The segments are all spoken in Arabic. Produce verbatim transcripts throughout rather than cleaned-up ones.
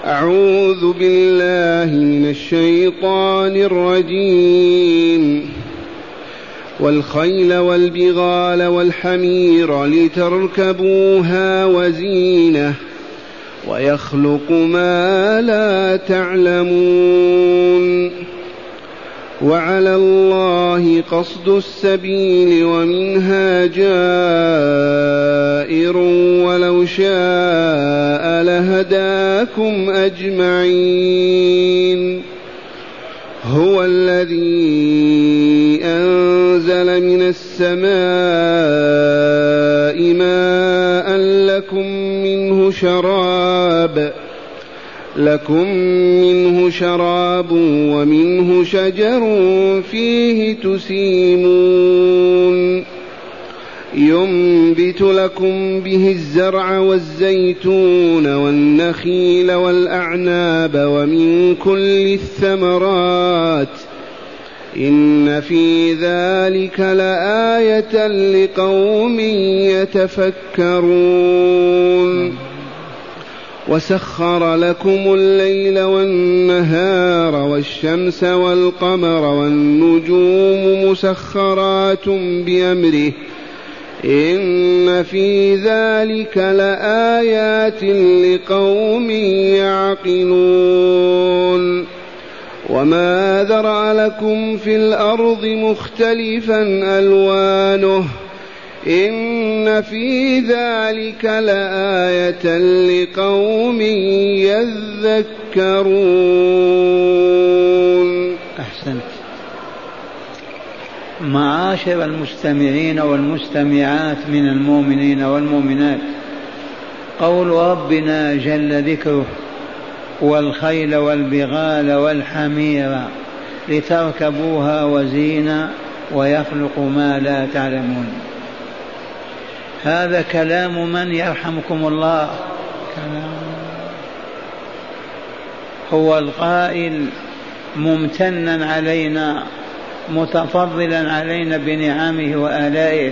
أعوذ بالله من الشيطان الرجيم. والخيل والبغال والحمير لتركبوها وزينة ويخلق ما لا تعلمون وعلى الله قصد السبيل ومنها جائر ولو شاء لهداكم أجمعين. هو الذي أنزل من السماء ماء لكم منه شراب لكم منه شراب ومنه شجر فيه تسيمون ينبت لكم به الزرع والزيتون والنخيل والأعناب ومن كل الثمرات إن في ذلك لآية لقوم يتفكرون. وسخر لكم الليل والنهار والشمس والقمر والنجوم مسخرات بأمره إن في ذلك لآيات لقوم يعقلون. وما ذرأ لكم في الأرض مختلفا ألوانه إن في ذلك لآية لقوم يذكرون. أحسنت. معاشر المستمعين والمستمعات من المؤمنين والمؤمنات، قول ربنا جل ذكره: والخيل والبغال والحمير لتركبوها وزينة ويخلق ما لا تعلمون. هذا كلام من يرحمكم الله؟ كلام هو القائل ممتنا علينا متفضلا علينا بنعمه وآلائه،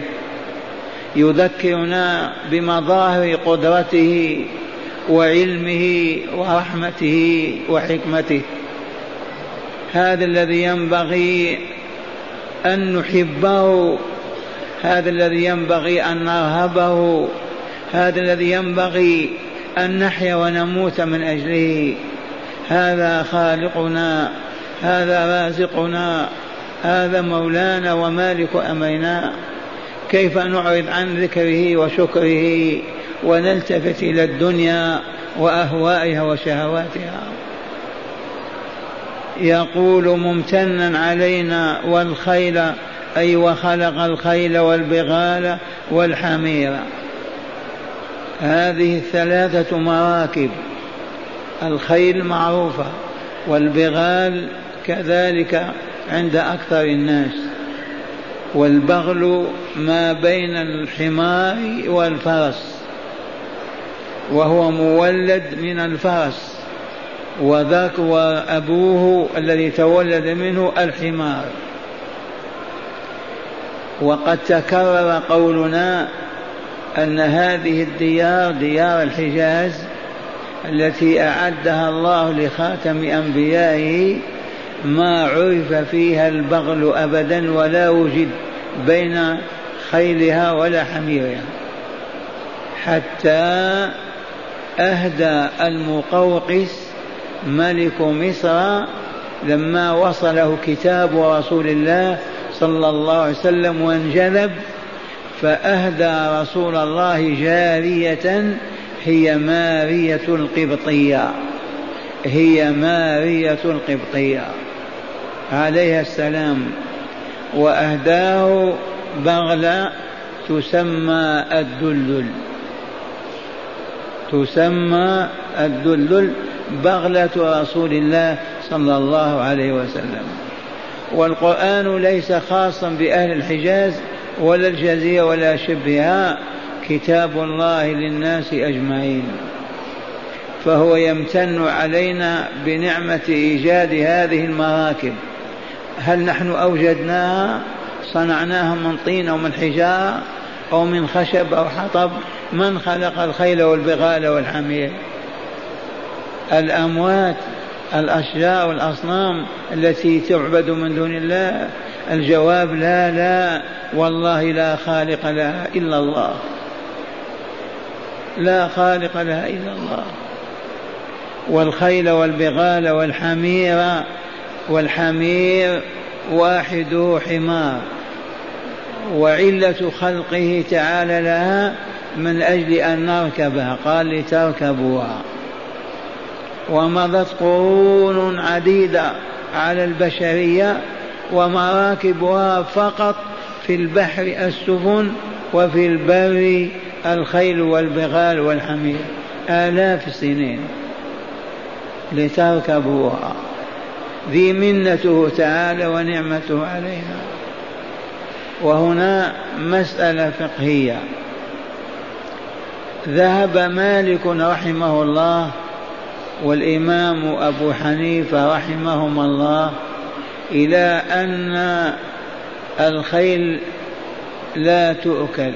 يذكرنا بمظاهر قدرته وعلمه ورحمته وحكمته. هذا الذي ينبغي أن نحبه، هذا الذي ينبغي أن نرهبه، هذا الذي ينبغي أن نحيا ونموت من أجله. هذا خالقنا، هذا رازقنا، هذا مولانا ومالك أمرنا. كيف نعرض عن ذكره وشكره ونلتفت إلى الدنيا وأهوائها وشهواتها؟ يقول ممتنا علينا والخيل، أي وخلق الخيل والبغال والحمير. هذه الثلاثة مراكب، الخيل معروفة والبغال كذلك عند أكثر الناس، والبغل ما بين الحمار والفرس وهو مولد من الفرس، وذاك وأبوه الذي تولد منه الحمار. وقد تكرر قولنا أن هذه الديار ديار الحجاز التي أعدها الله لخاتم أنبيائه ما عرف فيها البغل أبدا ولا وجد بين خيلها ولا حميرها، حتى أهدى المقوقس ملك مصر لما وصله كتاب رسول الله صلى الله عليه وسلم وانجذب، فأهدى رسول الله جارية هي مارية القبطية، هي مارية القبطية عليها السلام، وأهداه بغلة تسمى الدلدل، تسمى الدلدل بغلة رسول الله صلى الله عليه وسلم. والقرآن ليس خاصا بأهل الحجاز ولا الجزيرة ولا شبهها، كتاب الله للناس أجمعين. فهو يمتن علينا بنعمة إيجاد هذه المراكب. هل نحن أوجدناها؟ صنعناها من طين أو من حجارة أو من خشب أو حطب؟ من خلق الخيل والبغال والحمير؟ الأموات الأشجار والأصنام التي تعبد من دون الله؟ الجواب لا لا والله لا خالق لها إلا الله، لا خالق لها إلا الله. والخيل والبغال والحمير، والحمير واحد حمار، وعلة خلقه تعالى لها من أجل أن نركبها، قال لتركبوها. ومضت قرون عديدة على البشرية ومراكبها فقط في البحر السفن وفي البر الخيل والبغال والحمير، آلاف السنين لتركبوها. ذي منته تعالى ونعمته علينا. وهنا مسألة فقهية. ذهب مالك رحمه الله والإمام أبو حنيفة رحمهما الله إلى أن الخيل لا تؤكل،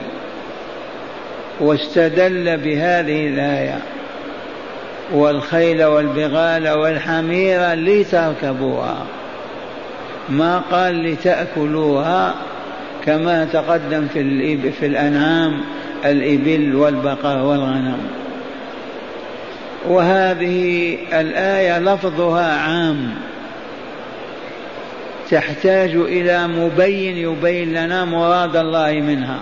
واستدل بهذه الآية: والخيل والبغال والحمير لتركبوها، ما قال لتأكلوها كما تقدم في, في الأنعام الإبل والبقر والغنم. وهذه الآية لفظها عام، تحتاج إلى مبين يبين لنا مراد الله منها.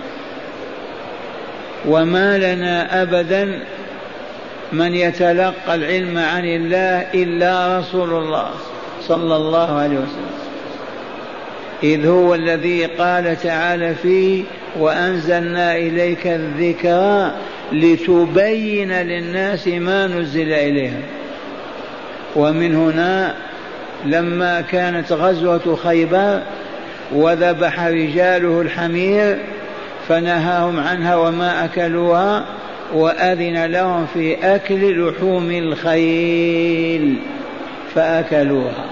وما لنا أبدا من يتلقى العلم عن الله إلا رسول الله صلى الله عليه وسلم، إذ هو الذي قال تعالى فيه: وأنزلنا إليك الذكر لتبين للناس ما نزل إليهم. ومن هنا لما كانت غزوة خيبر وذبح رجاله الحمير فنهاهم عنها وما أكلوها، وأذن لهم في أكل لحوم الخيل فأكلوها.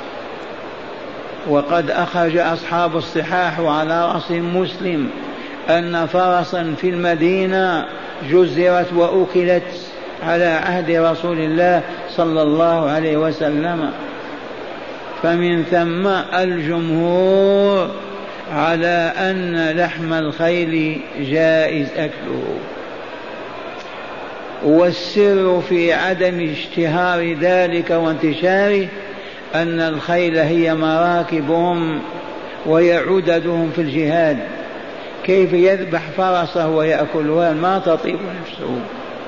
وقد أخرج أصحاب الصحاح وعلى رأس مسلم أن فرسا في المدينة جزرت وأكلت على عهد رسول الله صلى الله عليه وسلم. فمن ثم الجمهور على أن لحم الخيل جائز أكله. والسر في عدم اشتهار ذلك وانتشاره أن الخيل هي مراكبهم ويعددهم في الجهاد، كيف يذبح فرسه ويأكلها؟ ما تطيب نفسه.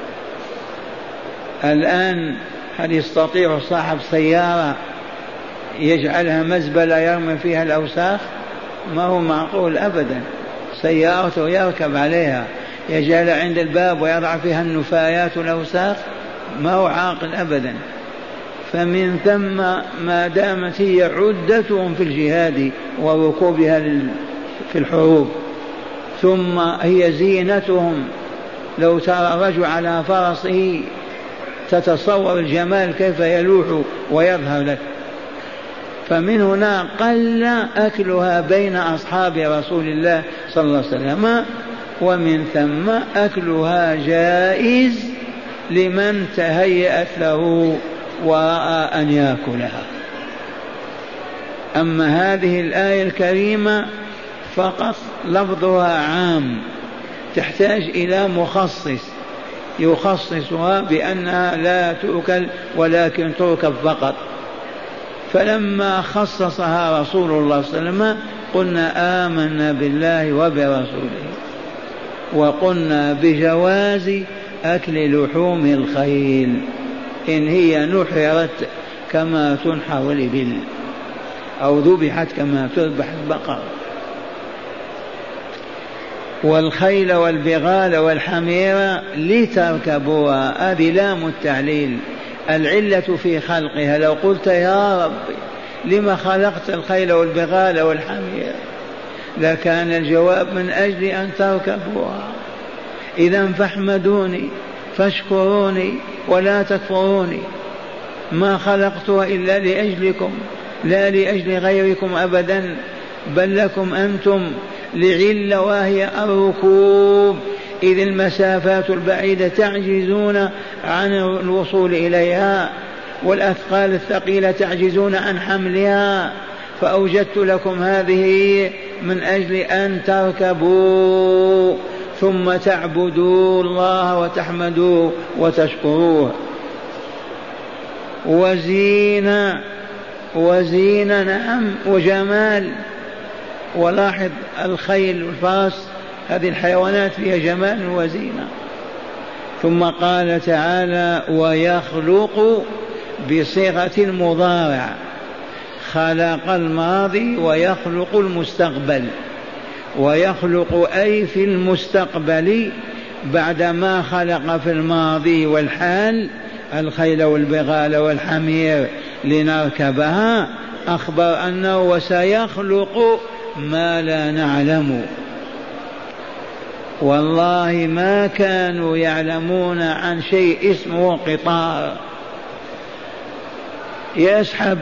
الآن هل يستطيع صاحب سيارة يجعلها مزبلة يرمي فيها الأوساخ؟ ما هو معقول أبدا. سيارته يركب عليها يجعلها عند الباب ويضع فيها النفايات والأوساخ؟ ما هو عاقل أبدا. فمن ثم ما دامت هي عدتهم في الجهاد وركوبها في الحروب، ثم هي زينتهم. لو ترى الرجل على فرسه تتصور الجمال كيف يلوح ويظهر لك. فمن هنا قل أكلها بين أصحاب رسول الله صلى الله عليه وسلم، ومن ثم أكلها جائز لمن تهيأت له ورأى أن يأكلها. أما هذه الآية الكريمة فقط لفظها عام، تحتاج إلى مخصص يخصصها بأنها لا تؤكل ولكن تركب فقط. فلما خصصها رسول الله صلى الله عليه وسلم قلنا آمنا بالله وبرسوله، وقلنا بجواز أكل لحوم الخيل إن هي نحرت كما تنحر الإبل أو ذبحت كما تذبح البقر. والخيل والبغال والحمير لتركبوها، هذه لام التعليل، العلة في خلقها. لو قلت يا رب لما خلقت الخيل والبغال والحمير لكان الجواب من أجل أن تركبوها. إذا فاحمدوني فاشكروني ولا تكفروني، ما خلقتها إلا لأجلكم لا لأجل غيركم أبدا، بل لكم أنتم لعلة وهي الركوب. إذ المسافات البعيدة تعجزون عن الوصول إليها، والأثقال الثقيلة تعجزون عن حملها، فأوجدت لكم هذه من أجل أن تركبوا ثم تعبدوا الله وتحمدوه وتشكروه. وزينة وزينة نعم وجمال. ولاحظ الخيل والفرس هذه الحيوانات فيها جمال وزينة. ثم قال تعالى ويخلق بصيغة المضارع، خلق الماضي ويخلق المستقبل. ويخلق أي في المستقبل بعدما خلق في الماضي والحال الخيل والبغال والحمير لنركبها، أخبر أنه وسيخلق ما لا نعلم. والله ما كانوا يعلمون عن شيء اسمه قطار يسحب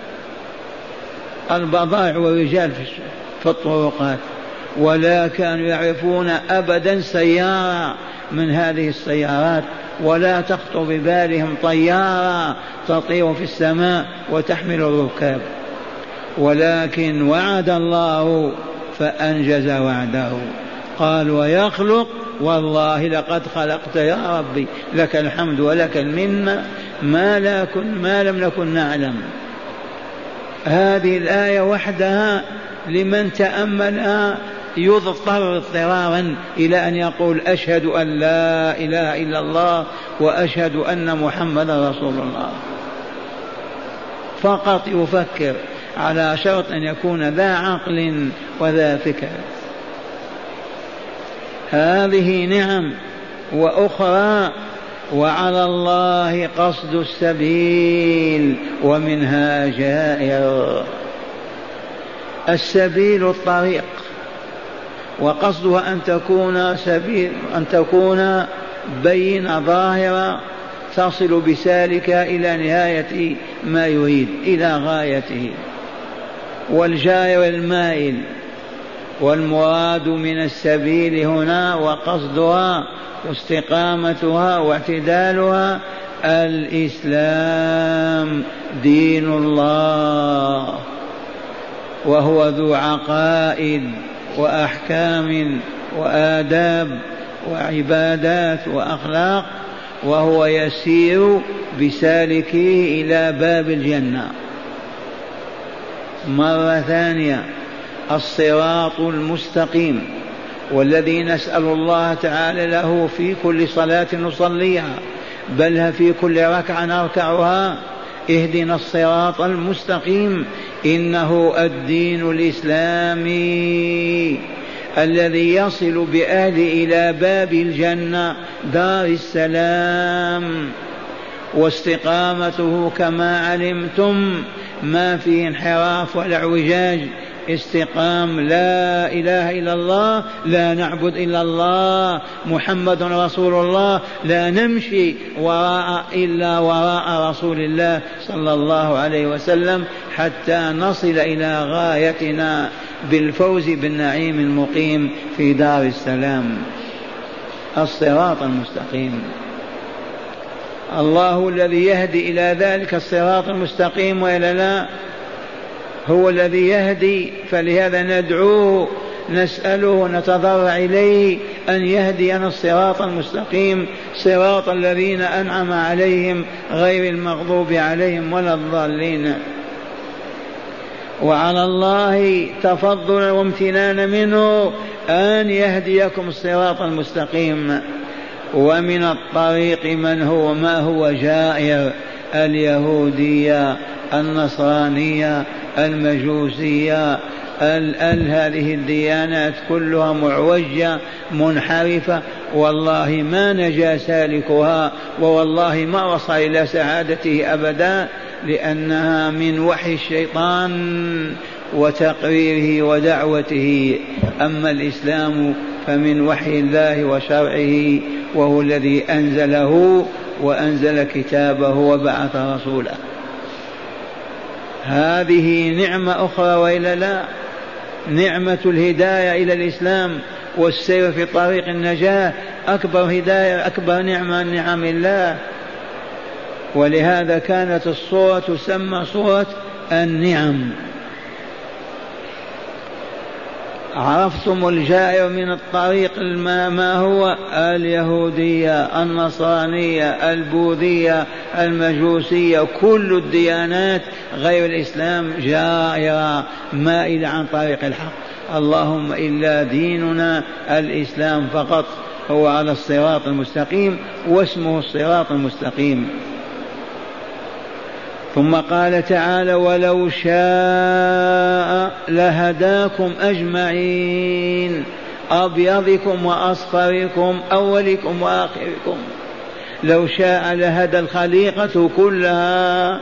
البضائع والرجال في الطرقات، ولا كانوا يعرفون أبدا سيارة من هذه السيارات، ولا تخطر ببالهم طيارة تطير في السماء وتحمل الركاب. ولكن وعد الله فأنجز وعده، قال ويخلق والله لقد خلقت يا ربي لك الحمد ولك المنة ما, لا كن ما لم نكن نعلم. هذه الآية وحدها لمن تأملها يضطر اضطرارا إلى أن يقول أشهد أن لا إله إلا الله وأشهد أن محمدا رسول الله. فقط يفكر على شرط أن يكون ذا عقل وذا فكر. هذه نعم. وأخرى وعلى الله قصد السبيل ومنها جائر. السبيل الطريق، وقصدها أن تكون سبيل أن تكون بين ظاهرة تصل بسالك إلى نهاية ما يريد إلى غايته. والجائر المائل. والمراد من السبيل هنا وقصدها واستقامتها واعتدالها الإسلام دين الله، وهو ذو عقائد وأحكام وآداب وعبادات وأخلاق، وهو يسير بسالكه إلى باب الجنة. مرة ثانية الصراط المستقيم، والذي نسأل الله تعالى له في كل صلاة نصليها، بل في كل ركعة نركعها، اهدنا الصراط المستقيم. إنه الدين الإسلامي الذي يصل بأهل إلى باب الجنة دار السلام. واستقامته كما علمتم ما فيه انحراف ولا اعوجاج. استقام لا إله إلا الله، لا نعبد إلا الله، محمد رسول الله، لا نمشي وراء إلا وراء رسول الله صلى الله عليه وسلم حتى نصل إلى غايتنا بالفوز بالنعيم المقيم في دار السلام. الصراط المستقيم. الله الذي يهدي إلى ذلك الصراط المستقيم وإلا لا؟ هو الذي يهدي، فلهذا ندعوه نسأله نتضرع إليه أن يهدينا الصراط المستقيم، صراط الذين أنعم عليهم غير المغضوب عليهم ولا الضالين. وعلى الله تفضلا وامتنانا منه أن يهديكم الصراط المستقيم. ومن الطريق من هو ما هو جائر، اليهودية، النصرانية، المجوسية، ال ال هذه الديانات كلها معوجة منحرفة، والله ما نجا سالكها، ووالله ما وصل إلى سعادته أبدا، لأنها من وحي الشيطان وتقريره ودعوته. أما الإسلام فمن وحي الله وشرعه، وهو الذي أنزله وأنزل كتابه وبعث رسوله. هذه نعمة أخرى وإلا لا؟ نعمة الهداية إلى الإسلام والسير في طريق النجاة أكبر هداية، أكبر نعمة من نعم الله. ولهذا كانت الصورة تسمى صورة النعم. عرفتم الجائر من الطريق ما هو؟ اليهودية، النصرانية، البوذية، المجوسية، كل الديانات غير الإسلام جائرة مائلة عن طريق الحق. اللهم إلا ديننا الإسلام فقط هو على الصراط المستقيم، واسمه الصراط المستقيم. ثم قال تعالى: ولو شاء لهداكم أجمعين، أبيضكم وأصفركم، أولكم وآخركم. لو شاء لهدى الخليقة كلها،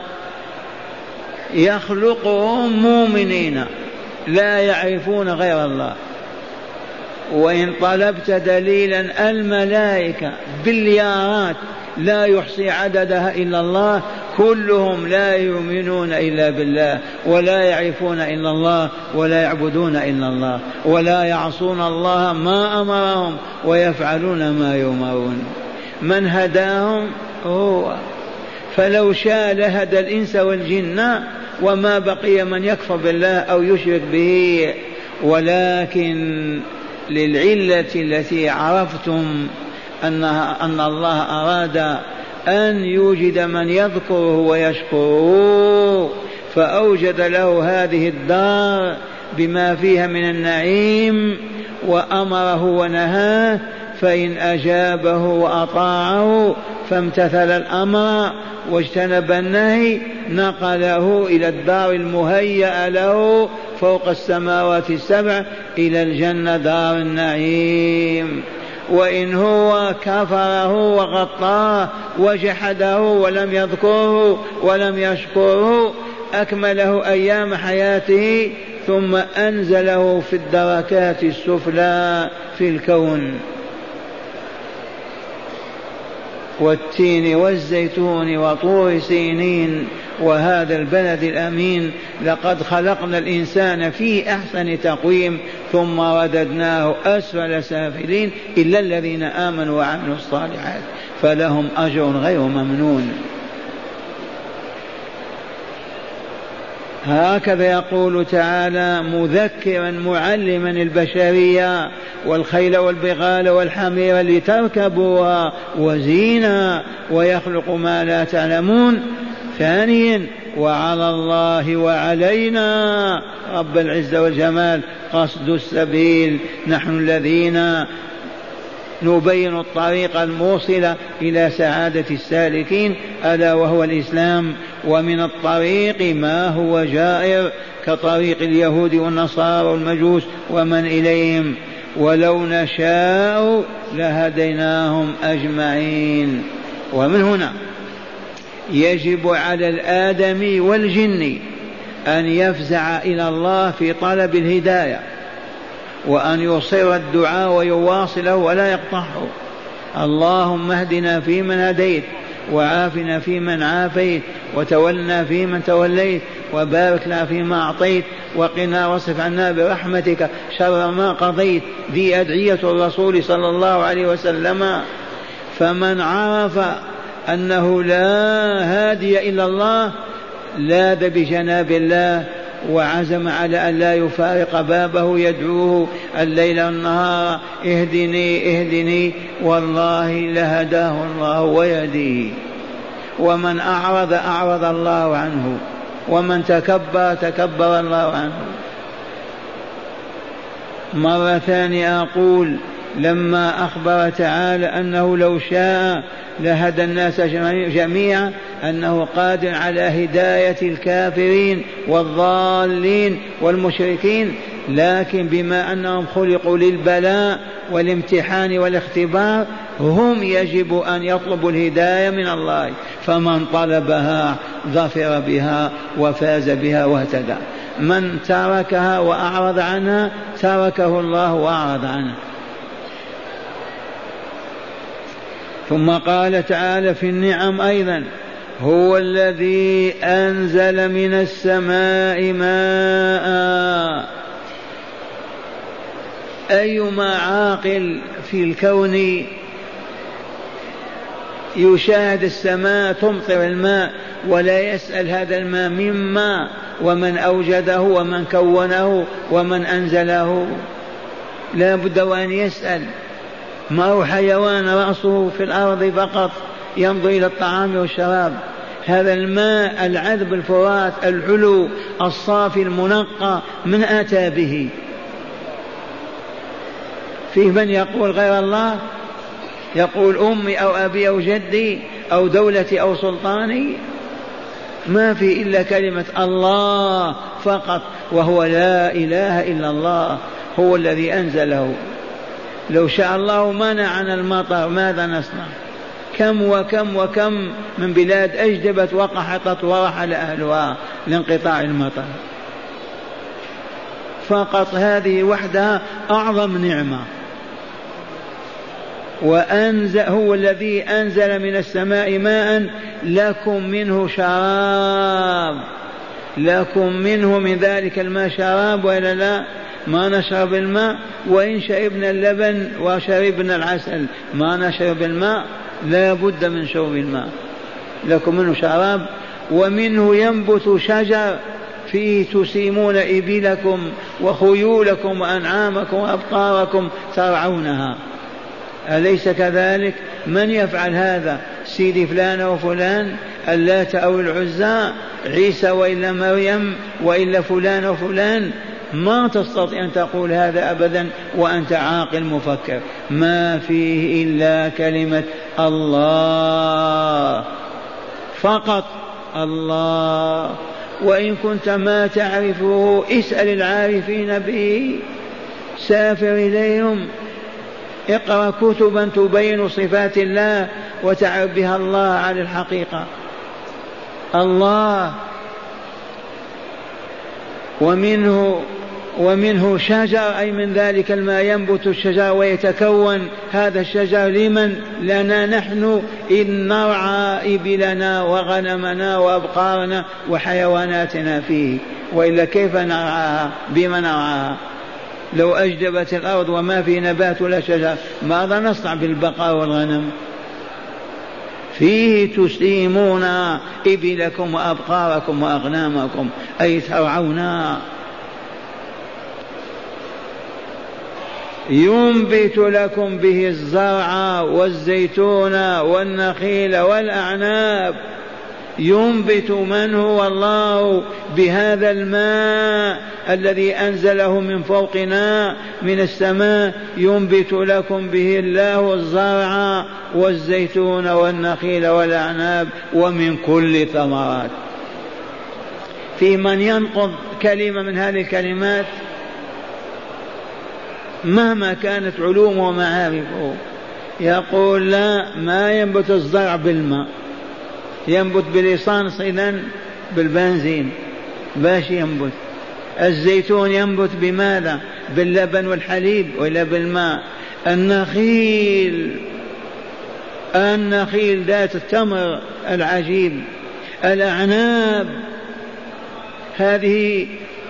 يخلقهم مؤمنين لا يعرفون غير الله. وإن طلبت دليلا، الملائكة باليارات لا يحصي عددها إلا الله، كلهم لا يؤمنون إلا بالله، ولا يعرفون إلا الله، ولا يعبدون إلا الله، ولا يعصون الله ما أمرهم، ويفعلون ما يؤمرون. من هداهم هو. فلو شاء لهدى الإنس والجن، وما بقي من يكفر بالله أو يشرك به. ولكن للعلة التي عرفتم أنها أن الله أراد أن يوجد من يذكره ويشكره، فأوجد له هذه الدار بما فيها من النعيم، وأمره ونهاه. فإن أجابه وأطاعه فامتثل الأمر واجتنب النهي، نقله إلى الدار المهيئة له فوق السماوات السبع، إلى الجنة دار النعيم. وإن هو كفره وغطاه وجحده ولم يذكره ولم يشكره، أكمله أيام حياته ثم أنزله في الدركات السفلى في الكون. والتين والزيتون وطور سينين وهذا البلد الأمين، لقد خلقنا الإنسان في أحسن تقويم ثم رددناه أسفل سافلين، إلا الذين آمنوا وعملوا الصالحات فلهم أجر غير ممنون. هكذا يقول تعالى مذكرا معلما البشرية: والخيل والبغال والحمير لتركبوها وزينة ويخلق ما لا تعلمون. ثانيا: وعلى الله وعلينا رب العزة والجمال قصد السبيل، نحن الذين نبين الطريق الموصل إلى سعادة السالكين، ألا وهو الإسلام. ومن الطريق ما هو جائر كطريق اليهود والنصارى والمجوس ومن إليهم. ولو نشاء لهديناهم أجمعين. ومن هنا يجب على الآدمي والجن أن يفزع إلى الله في طلب الهداية، وأن يصر الدعاء ويواصله ولا يقطعه. اللهم اهدنا فيمن هديت، وعافنا فيمن عافيت، وتولنا فيمن توليت، وبارك لنا فيما أعطيت، وقنا واصرف عنا برحمتك شر ما قضيت. ذي أدعية الرسول صلى الله عليه وسلم. فمن عرف أنه لا هادي إلا الله لاذ بجناب الله، وعزم على أن لا يفارق بابه يدعوه الليل والنهار: اهدني اهدني، والله لهداه الله ويهديه. ومن أعرض أعرض الله عنه، ومن تكبر تكبر الله عنه. مرة ثانية أقول: لما أخبر تعالى أنه لو شاء لهدى الناس جميعا، أنه قادر على هداية الكافرين والضالين والمشركين، لكن بما أنهم خلقوا للبلاء والامتحان والاختبار، هم يجب أن يطلبوا الهداية من الله. فمن طلبها ظفر بها وفاز بها واهتدى. من تركها وأعرض عنها تركه الله وأعرض عنه. ثم قال تعالى في النعم أيضا: هو الذي أنزل من السماء ماء. أيما عاقل في الكون يشاهد السماء تمطر الماء ولا يسأل هذا الماء مما ومن أوجده ومن كونه ومن أنزله؟ لا بد وأن يسأل. ما هو حيوان رأسه في الأرض فقط ينظر إلى الطعام والشراب. هذا الماء العذب الفرات الحلو الصافي المنقى من أتى به؟ فيه من يقول غير الله؟ يقول أمي أو أبي أو جدي أو دولتي أو سلطاني؟ ما في إلا كلمة الله فقط، وهو لا إله إلا الله، هو الذي أنزله. لو شاء الله منعنا المطر ماذا نصنع؟ كم وكم وكم من بلاد أجدبت وقحطت ورحل أهلها لانقطاع المطر. فقط هذه وحدها أعظم نعمة. وأنزل هو الذي أنزل من السماء ماء لكم منه شراب، لكم منه من ذلك الماء شراب ولا لا؟ ما نشرب الماء، وإن شربنا اللبن وشربنا العسل ما نشرب الماء، لا بد من شرب الماء. لكم منه شراب. ومنه ينبت شجر فيه تسيمون إبلكم وخيولكم وأنعامكم وأبقاركم ترعونها، أليس كذلك؟ من يفعل هذا؟ سيدي فلان وفلان، اللات أو العزى، عيسى وإلا مريم وإلا فلان وفلان؟ ما تستطيع أن تقول هذا أبدا وأنت عاقل مفكر. ما فيه إلا كلمة الله فقط، الله. وإن كنت ما تعرفه اسأل العارفين به، سافر إليهم، اقرأ كتبا تبين صفات الله وتعرف بها الله على الحقيقة. الله. ومنه ومنه شجر، أي من ذلك الماء ينبت الشجر ويتكون هذا الشجر لمن؟ لنا نحن إذ نرعى إبلنا وغنمنا وأبقارنا وحيواناتنا فيه، وإلا كيف نرعاها؟ بما نرعاها؟ لو أجدبت الأرض وما في نبات ولا شجر ماذا نصنع بالبقر والغنم؟ فيه تسيمون إبلكم وأبقاركم وأغنامكم، أي ترعونا. ينبت لكم به الزرع والزيتون والنخيل والأعناب. ينبت من هو الله بهذا الماء الذي أنزله من فوقنا من السماء، ينبت لكم به الله الزرع والزيتون والنخيل والأعناب ومن كل ثمرات. في من ينقض كلمة من هذه الكلمات مهما كانت علومه ومعارفه، يقول لا، ما ينبت الزرع بالماء، ينبت بليسانس، إذن بالبنزين باش ينبت. الزيتون ينبت بماذا؟ باللبن والحليب ولا بالماء؟ النخيل النخيل ذات التمر العجيب. الأعناب هذه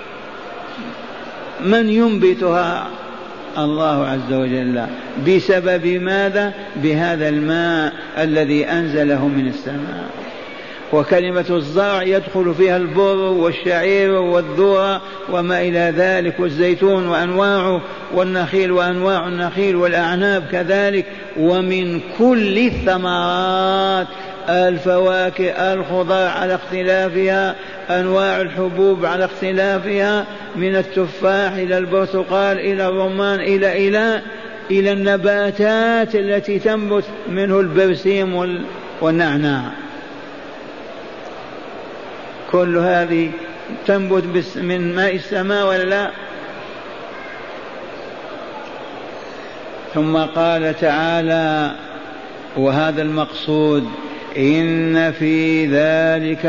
من ينبتها؟ الله عز وجل. بسبب ماذا؟ بهذا الماء الذي أنزله من السماء. وكلمة الزرع يدخل فيها البر والشعير والذرة وما إلى ذلك، والزيتون وأنواعه، والنخيل وأنواع النخيل، والأعناب كذلك، ومن كل الثمرات، الفواكه، الخضار على اختلافها، أنواع الحبوب على اختلافها، من التفاح إلى البرتقال إلى الرمان إلى إلى إلى النباتات التي تنبت منه البرسيم والنعناع. كل هذه تنبت من ماء السماء ولا لا؟ ثم قال تعالى، وهذا المقصود: إن في ذلك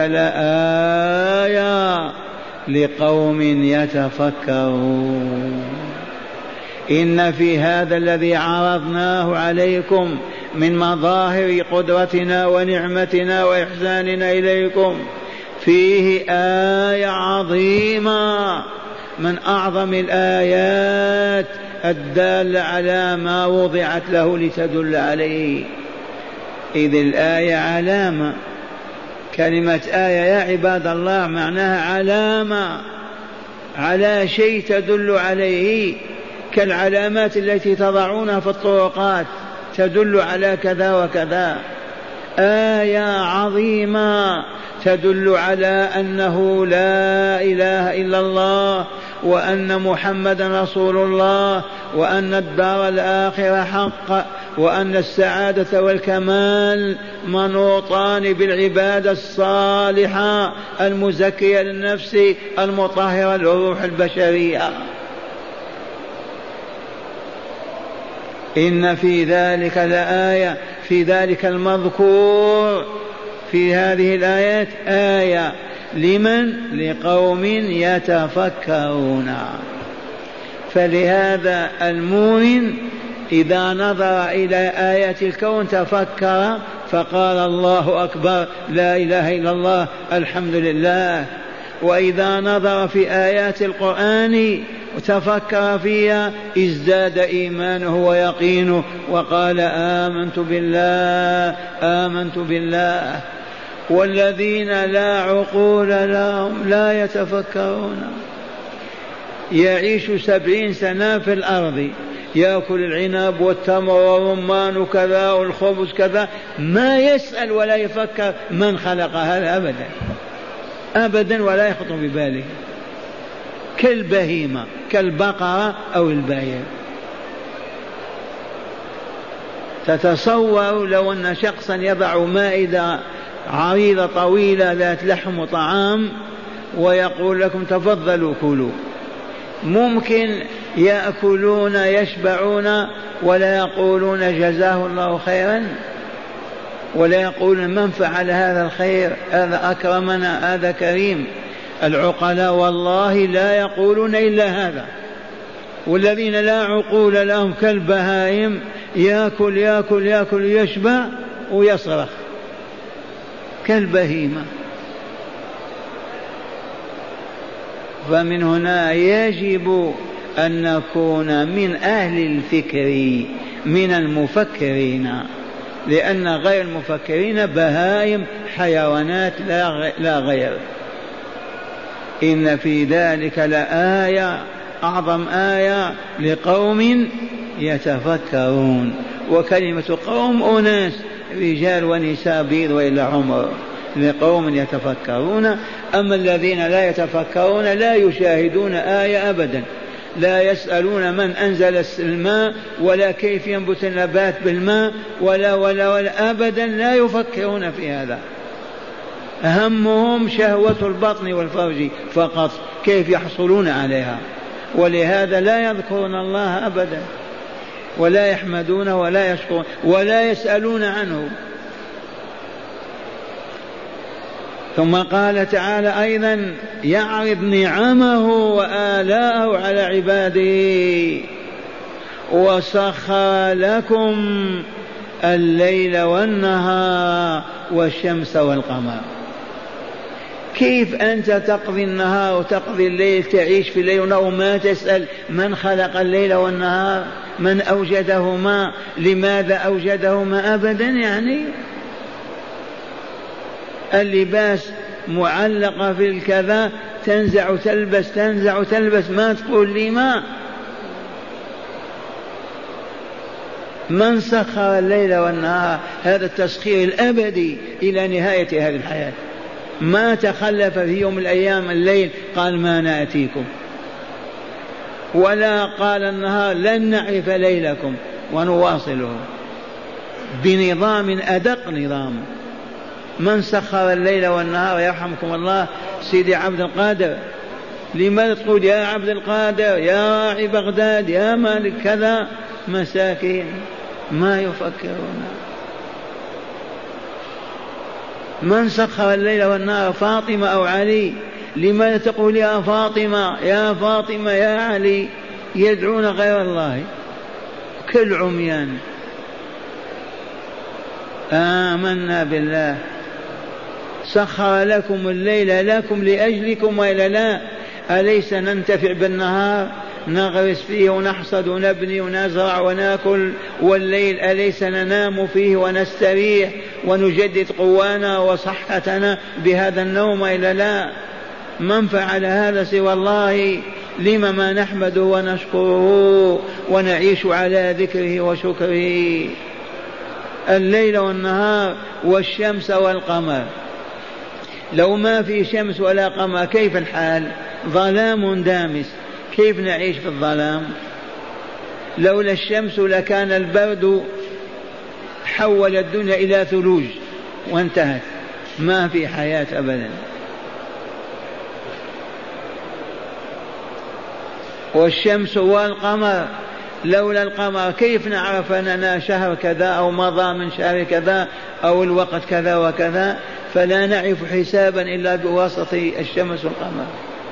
لآية لقوم يتفكرون. إن في هذا الذي عرضناه عليكم من مظاهر قدرتنا ونعمتنا وإحساننا إليكم فيه آية عظيمة من أعظم الآيات الدالة على ما وضعت له لتدل عليه. إذ الآية علامة. كلمة آية يا عباد الله معناها علامة على شيء تدل عليه، كالعلامات التي تضعونها في الطرقات تدل على كذا وكذا. آية عظيمة تدل على أنه لا إله إلا الله، وأن محمدا رسول الله، وأن الدار الآخرة حق، وأن السعادة والكمال منوطان بالعبادة الصالحة المزكية للنفس المطهرة للروح البشرية. إن في ذلك لآية، في ذلك المذكور في هذه الآيات آية لمن؟ لقوم يتفكرون. فلهذا المؤمن إذا نظر إلى آيات الكون تفكر فقال الله أكبر، لا إله إلا الله، الحمد لله. وإذا نظر في آيات القرآن وتفكر فيها ازداد إيمانه ويقينه وقال آمنت بالله آمنت بالله. والذين لا عقول لهم لا يتفكرون، يعيش سبعين سنة في الأرض، يأكل العنب والتمر والرمان وكذا والخبز كذا، ما يسأل ولا يفكر من خلق هذا أبدا أبدا، ولا يخطر بباله، كالبهيمة كالبقرة أو البعير. تتصور لو أن شخصا يضع مائدة عريضة طويلة ذات لحم وطعام ويقول لكم تفضلوا كلوا، ممكن يأكلون يشبعون ولا يقولون جزاه الله خيرا، ولا يقولون من فعل هذا الخير، هذا أكرمنا، هذا كريم. العقلاء والله لا يقولون إلا هذا. والذين لا عقول لهم كالبهائم يأكل يأكل يأكل يشبع ويصرخ كالبهيمة. فمن هنا يجب أن نكون من أهل الفكر، من المفكرين، لأن غير المفكرين بهائم حيوانات لا غير. إن في ذلك لآية، أعظم آية لقوم يتفكرون. وكلمة قوم أناس، رجال ونساء، بيض وإلا عمر، لقوم يتفكرون. أما الذين لا يتفكرون لا يشاهدون آية أبدا، لا يسألون من أنزل الماء ولا كيف ينبت النبات بالماء ولا ولا ولا أبدا، لا يفكرون في هذا. همهم شهوة البطن والفرج فقط، كيف يحصلون عليها. ولهذا لا يذكرون الله أبدا، ولا يحمدون ولا يشكرون ولا يسألون عنه. ثم قال تعالى أيضا يعرض نعمه وآلاءه على عباده. وسخر لكم الليل والنهار والشمس والقمر. كيف أنت تقضي النهار وتقضي الليل، تعيش في الليل وما تسأل من خلق الليل والنهار، من أوجدهما، لماذا أوجدهما أبدا. يعني اللباس معلقة في الكذا، تنزع تلبس تنزع تلبس، ما تقول لي ما. من سخر الليل والنهار، هذا التسخير الأبدي إلى نهاية هذه الحياة. ما تخلف في يوم من الأيام الليل قال ما نأتيكم، ولا قال النهار لن نعرف ليلكم ونواصله، بنظام أدق نظام. من سخر الليل والنهار يرحمكم الله سيدي عبد القادر. لماذا تقول يا عبد القادر يا راعي بغداد يا مالك كذا؟ مساكين ما يفكرون. من سخر الليل والنهار، فاطمة أو علي؟ لماذا تقول يا فاطمة يا فاطمة يا علي؟ يدعون غير الله كالعميان. آمنا بالله. سخر لكم الليل لكم لأجلكم وإلا لا؟ أليس ننتفع بالنهار؟ نغرس فيه ونحصد ونبني ونزرع وناكل، والليل أليس ننام فيه ونستريح ونجدد قوانا وصحتنا بهذا النوم إلا لا؟ من فعل هذا سوى الله؟ لما ما نحمده ونشكره ونعيش على ذكره وشكره؟ الليل والنهار والشمس والقمر، لو ما في شمس ولا قمر كيف الحال؟ ظلام دامس، كيف نعيش في الظلام؟ لولا الشمس لكان البرد حول الدنيا إلى ثلوج وانتهت، ما في حياة أبدا. والشمس والقمر، لولا القمر كيف نعرف أننا شهر كذا أو مضى من شهر كذا أو الوقت كذا وكذا؟ فلا نعرف حسابا إلا بواسطة الشمس والقمر.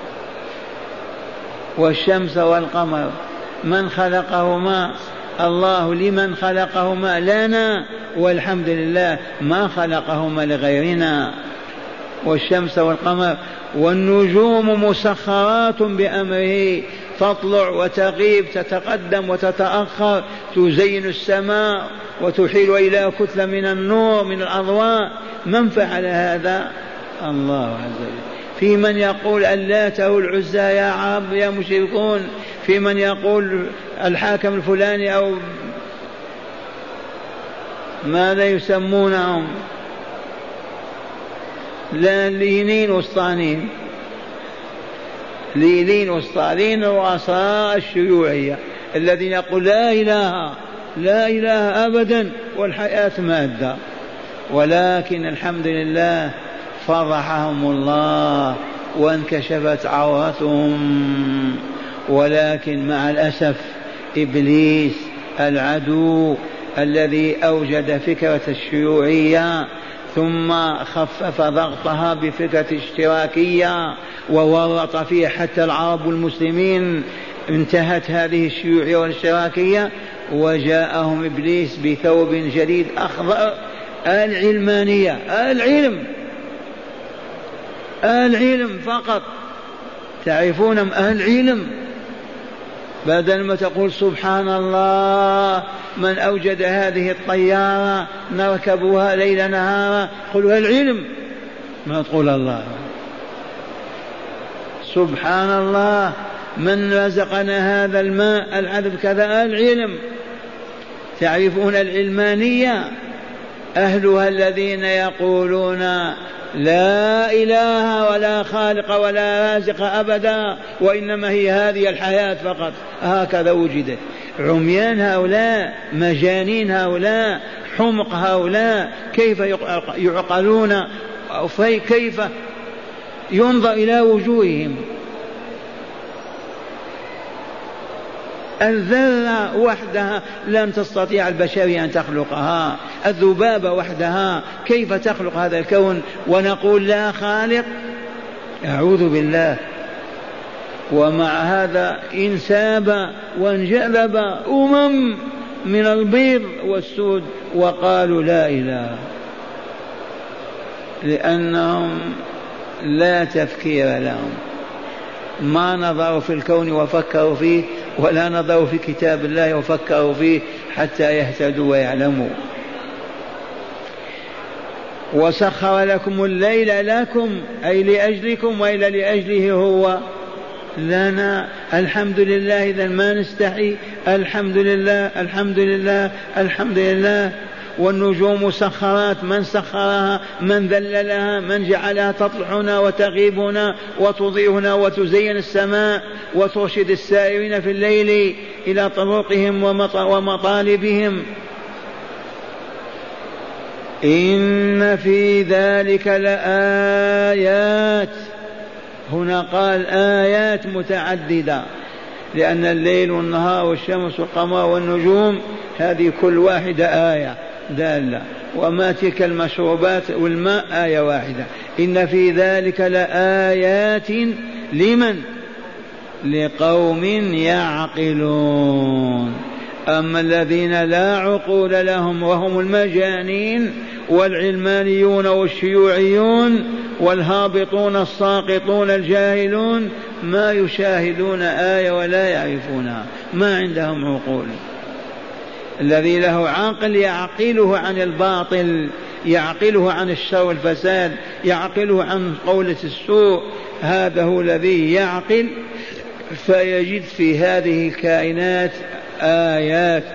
والشمس والقمر من خلقهما؟ الله. لمن خلقهما؟ لنا، والحمد لله ما خلقهما لغيرنا. والشمس والقمر والنجوم مسخرات بأمره، تطلع وتغيب، تتقدم وتتأخر، تزين السماء وتحيل إلى كتلة من النور من الأضواء. من فعل هذا؟ الله عز وجل. في من يقول اللات والعزى يا عرب يا مشركون، في من يقول الحاكم الفلاني أو ماذا يسمونهم، لا لينين وسطانين، لينين وسطانين رؤساء الشيوعية الذين يقول لا إله لا إله أبدا والحياة مادة. ولكن الحمد لله فضحهم الله وانكشفت عورتهم. ولكن مع الأسف إبليس العدو الذي أوجد فكرة الشيوعية ثم خفف ضغطها بفكرة اشتراكية وورط فيها حتى العرب والمسلمين، انتهت هذه الشيوعية والاشتراكية وجاءهم إبليس بثوب جديد أخضر، العلمانية، العلم العلم فقط. تعرفون العلم، بدل ما تقول سبحان الله من أوجد هذه الطيارة نركبها ليل نهارا، قلوا العلم، ما تقول الله. سبحان الله من رزقنا هذا الماء العذب كذا، العلم. تعرفون العلمانية أهلها الذين يقولون لا إله ولا خالق ولا رازق أبدا وإنما هي هذه الحياة فقط، هكذا وجدت. عميان هؤلاء، مجانين هؤلاء، حمق هؤلاء، كيف يعقلون؟ كيف ينظر إلى وجوههم؟ الذرة وحدها لم تستطيع البشرية أن تخلقها، الذبابة وحدها كيف تخلق هذا الكون ونقول لا خالق؟ أعوذ بالله. ومع هذا انساب وانجذب أمم من البيض والسود وقالوا لا إله، لأنهم لا تفكير لهم، ما نظروا في الكون وفكروا فيه، ولا نظروا في كتاب الله وفكروا فيه حتى يهتدوا ويعلموا. وسخر لكم الليل لكم أي لأجلكم وإلى لأجله هو لنا. الحمد لله. إذا ما نستحي، الحمد لله الحمد لله الحمد لله. والنجوم مسخرات، من سخرها؟ من ذللها؟ من جعلها تطلعنا وتغيبنا وتضيئنا وتزين السماء وترشد السائرين في الليل إلى طرقهم ومطالبهم. إن في ذلك لآيات، هنا قال آيات متعددة، لأن الليل والنهار والشمس والقمر والنجوم هذه كل واحدة آية دالة، وما تلك المشروبات والماء آية واحدة. إن في ذلك لآيات لمن؟ لقوم يعقلون. أما الذين لا عقول لهم وهم المجانين والعلمانيون والشيوعيون والهابطون الساقطون الجاهلون ما يشاهدون آية ولا يعرفونها، ما عندهم عقول. الذي له عقل يعقله عن الباطل، يعقله عن الشر والفساد، يعقله عن قولة السوء، هذا هو الذي يعقل فيجد في هذه الكائنات آيات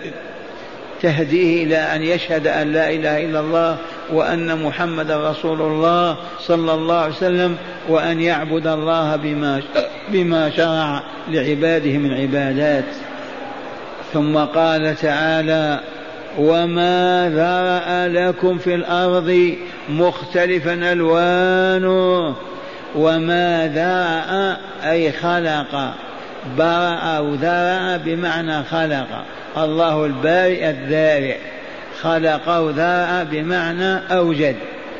تهديه إلى أن يشهد أن لا إله إلا الله وأن محمد رسول الله صلى الله عليه وسلم، وأن يعبد الله بما بما شرع لعباده من عبادات. ثم قال تعالى: وما ذرأ لكم في الأرض مختلفا ألوانه. وما ذرأ أي خلق، برأ وذرأ بمعنى خلق، الله البارئ الذارئ، خلق وذرأ بمعنى أوجد،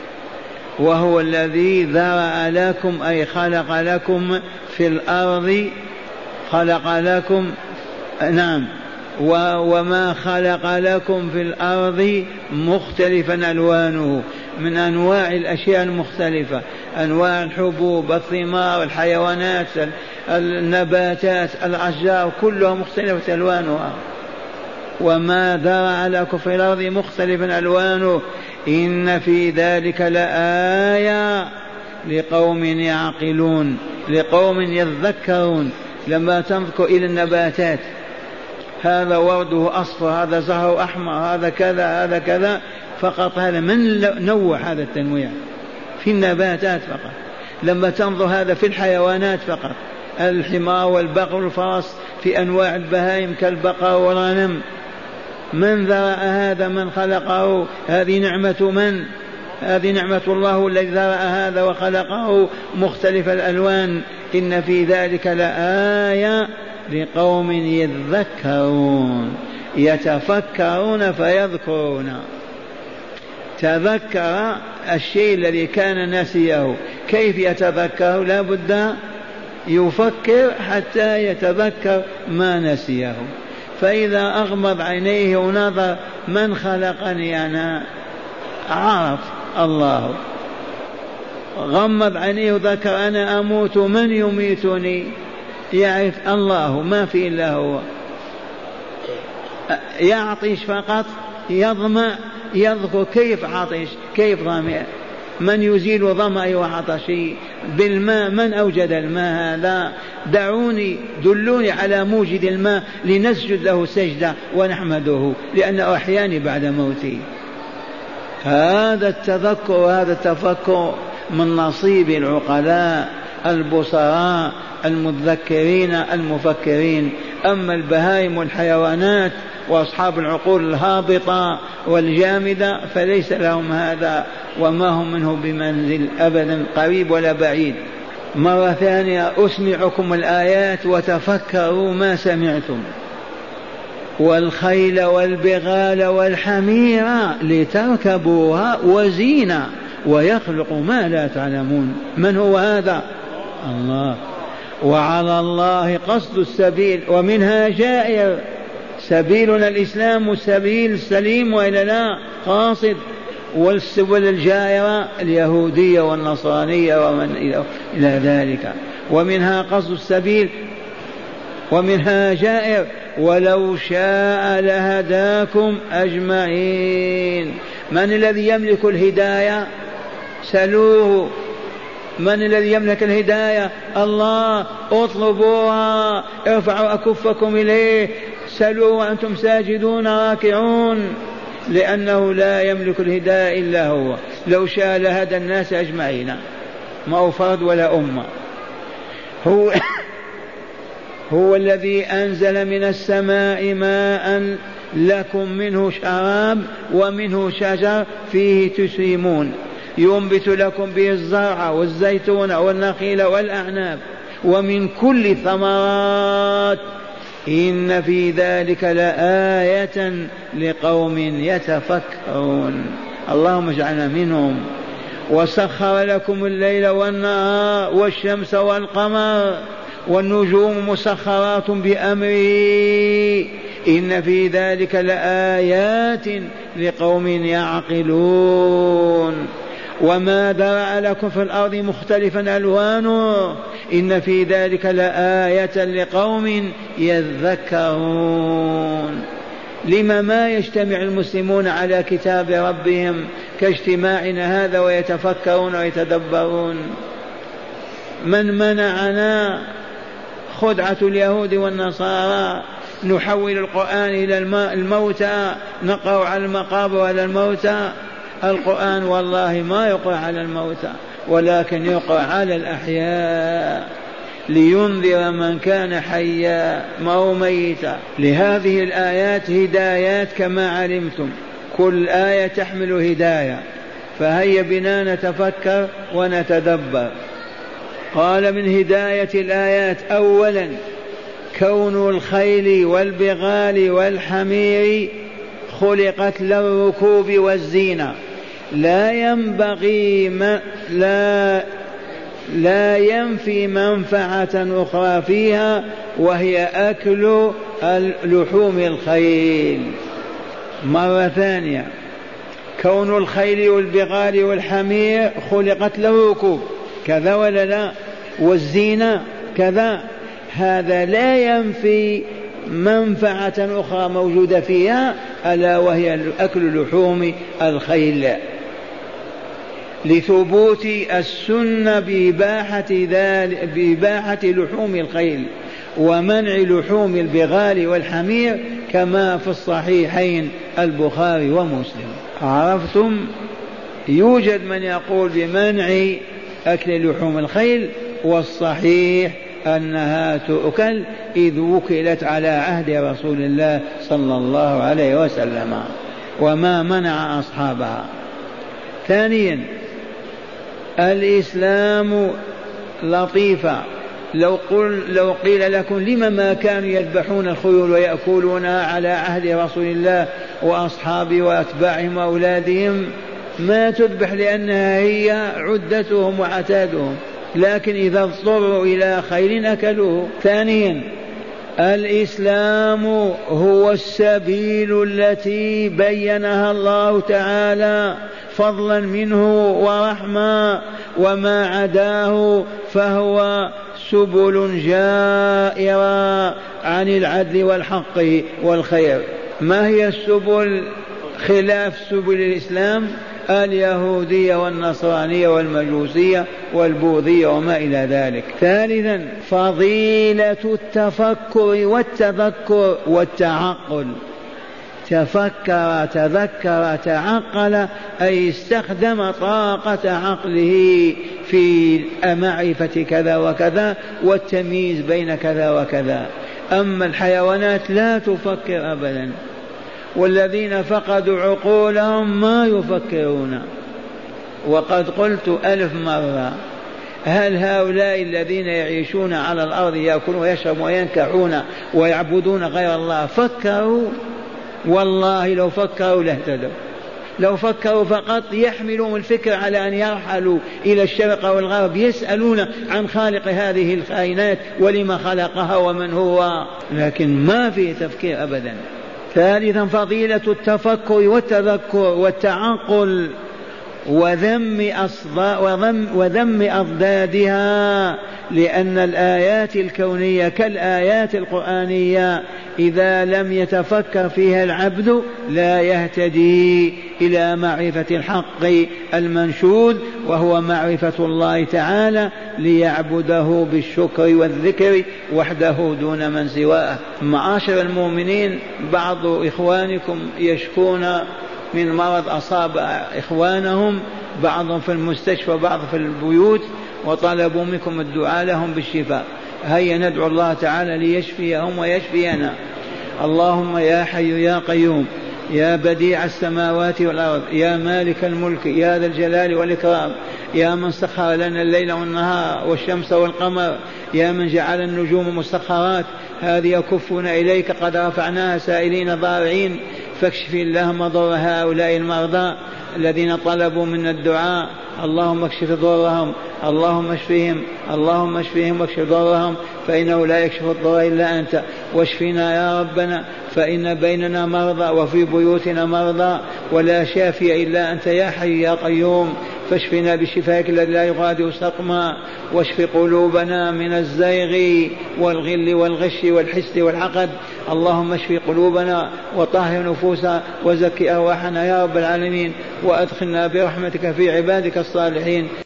وهو الذي ذرأ لكم أي خلق لكم في الأرض، خلق لكم نعم وما خلق لكم في الأرض مختلفا ألوانه، من أنواع الأشياء المختلفة، أنواع الحبوب، الثمار، الحيوانات، النباتات، الأشجار، كلها مختلفة ألوانها. وما ذرأ لكم في الأرض مختلفا ألوانه إن في ذلك لآية لقوم يعقلون، لقوم يذكرون. لما تنظر إلى النباتات، هذا ورده أصفر، هذا زهر أحمر، هذا كذا هذا كذا، فقط هذا من نوع هذا التنويع في النباتات فقط. لما تنظر هذا في الحيوانات فقط، الحمار والبقر والفرس، في أنواع البهائم كالبقر والغنم، من ذرأ هذا؟ من خلقه؟ هذه نعمة من؟ هذه نعمة الله الذي ذرأ هذا وخلقه مختلف الألوان. إن في ذلك لآية لقوم يذكرون، يتفكرون فيذكرون. تذكر الشيء الذي كان نسيه، كيف يتذكر؟ لا بد يفكر حتى يتذكر ما نسيه. فإذا أغمض عينيه ونظر من خلقني أنا، عرف الله. غمض عينيه وذكر أنا أموت، من يميتني؟ يعرف الله، ما في إلا هو. يعطش فقط، يظمأ، يذكر كيف عطش، كيف ظمأ، من يزيل ظمأي وعطشي بالماء، من أوجد الماء هذا؟ دعوني دلوني على موجد الماء لنسجد له سجدة ونحمده لأنه أحياني بعد موتي. هذا التذكر وهذا التفكر من نصيب العقلاء البصراء المذكرين المفكرين. أما البهائم والحيوانات وأصحاب العقول الهابطة والجامدة فليس لهم هذا، وما هم منه بمنزل أبدا، قريب ولا بعيد. مرة ثانية أسمعكم الآيات وتفكروا ما سمعتم. والخيل والبغال والحمير لتركبوها وزينة ويخلق ما لا تعلمون. من هو هذا؟ الله. وعلى الله قصد السبيل ومنها جائر. سبيلنا الإسلام والسبيل السليم وإلا لا قاصد، والسبل الجائرة اليهودية والنصرانية ومن إلى ذلك. ومنها قصد السبيل ومنها جائر. ولو شاء لهداكم أجمعين. من الذي يملك الهداية؟ سلوه. من الذي يملك الهداية؟ الله. اطلبوها، ارفعوا أكفكم إليه، سلوا وأنتم ساجدون راكعون، لأنه لا يملك الهداية إلا هو. لو شاء لهدى الناس أجمعين، ما هو فرد ولا أمة. هو هو الذي أنزل من السماء ماء لكم منه شراب ومنه شجر فيه تسيمون، ينبت لكم به الزرع والزيتون والنخيل والأعناب ومن كل ثمرات إن في ذلك لآية لقوم يتفكرون. اللهم اجعلنا منهم. وسخر لكم الليل والنهار والشمس والقمر والنجوم مسخرات بأمره إن في ذلك لآيات لقوم يعقلون. وما درع لكم في الأرض مختلفا ألوانه إن في ذلك لآية لقوم يذكرون. لما ما يجتمع المسلمون على كتاب ربهم كاجتماعنا هذا ويتفكرون ويتدبرون؟ من منعنا؟ خدعة اليهود والنصارى، نحول القرآن إلى الموتى، نقرأ على المقابر وعلى الموتى. القرآن والله ما يقرأ على الموتى ولكن يقرأ على الأحياء لينذر من كان حيا ما هو ميتا. لهذه الآيات هدايات كما علمتم، كل آية تحمل هداية، فهيا بنا نتفكر ونتدبر. قال من هداية الآيات أولا كون الخيل والبغال والحمير خلقت للركوب والزينة، لا ينبغي ما لا لا ينفي منفعة أخرى فيها وهي أكل لحوم الخيل. مرة ثانية كون الخيل والبغال والحمير خلقت للركوب كذا ولا لا، والزينة كذا، هذا لا ينفي منفعة أخرى موجودة فيها ألا وهي أكل لحوم الخيل، لثبوت السنة بإباحة, بإباحة لحوم الخيل ومنع لحوم البغال والحمير كما في الصحيحين البخاري ومسلم. عرفتم؟ يوجد من يقول بمنع أكل لحوم الخيل، والصحيح أنها تؤكل إذ وكلت على عهد رسول الله صلى الله عليه وسلم وما منع أصحابها. ثانيا الإسلام لطيفة. لو, قل لو قيل لكم لما ما كانوا يذبحون الخيول ويأكلونها على عهد رسول الله وأصحابه وأتباعهم وأولادهم، ما تذبح لأنها هي عدتهم وعتادهم، لكن إذا اضطروا إلى خيل أكلوه. ثانيا الإسلام هو السبيل التي بينها الله تعالى فضلا منه ورحمة، وما عداه فهو سبل جائرة عن العدل والحق والخير. ما هي السبل خلاف سبل الإسلام؟ اليهودية والنصرانية والمجوسية والبوذية وما إلى ذلك. ثالثا فضيلة التفكر والتذكر والتعقل. تفكر تذكر تعقل أي استخدم طاقة عقله في معرفة كذا وكذا والتمييز بين كذا وكذا. أما الحيوانات لا تفكر أبدا، والذين فقدوا عقولهم ما يفكرون. وقد قلت ألف مرة، هل هؤلاء الذين يعيشون على الأرض يأكلون ويشربون وينكحون ويعبدون غير الله فكروا؟ والله لو فكروا لاهتدوا. لو فكروا فقط يحملون الفكر على أن يرحلوا إلى الشرق والغرب يسألون عن خالق هذه الكائنات ولما خلقها ومن هو، لكن ما في تفكير أبدا. ثالثا فضيلة التفكر والتذكر والتعقل وذم أصداء وذم, وذم أضدادها، لأن الآيات الكونية كالآيات القرآنية إذا لم يتفكر فيها العبد لا يهتدي إلى معرفة الحق المنشود وهو معرفة الله تعالى ليعبده بالشكر والذكر وحده دون من سواه. معاشر المؤمنين، بعض إخوانكم يشكون من مرض أصاب إخوانهم، بعضهم في المستشفى بعض في البيوت، وطلبوا منكم الدعاء لهم بالشفاء. هيا ندعو الله تعالى ليشفيهم ويشفينا. اللهم يا حي يا قيوم يا بديع السماوات والأرض يا مالك الملك يا ذا الجلال والإكرام، يا من سخر لنا الليل والنهار والشمس والقمر، يا من جعل النجوم مسخرات، هذه كفنا إليك قد رفعناها سائلين ضارعين، فاكشف اللهم ضر هؤلاء المرضى الذين طلبوا منا الدعاء. اللهم اكشف ضرهم، اللهم اشفهم، اللهم اشفهم واكشف ضرهم، فإنه لا يكشف الضر إلا أنت. واشفنا يا ربنا، فإن بيننا مرضى وفي بيوتنا مرضى ولا شافي إلا أنت يا حي يا قيوم، فاشفنا بشفائك الذي لا يغادر سقما، واشف قلوبنا من الزيغ والغل والغش والحسد والحقد. اللهم اشف قلوبنا وطهر نفوسنا وزكي أرواحنا يا رب العالمين، وأدخلنا برحمتك في عبادك الصالحين.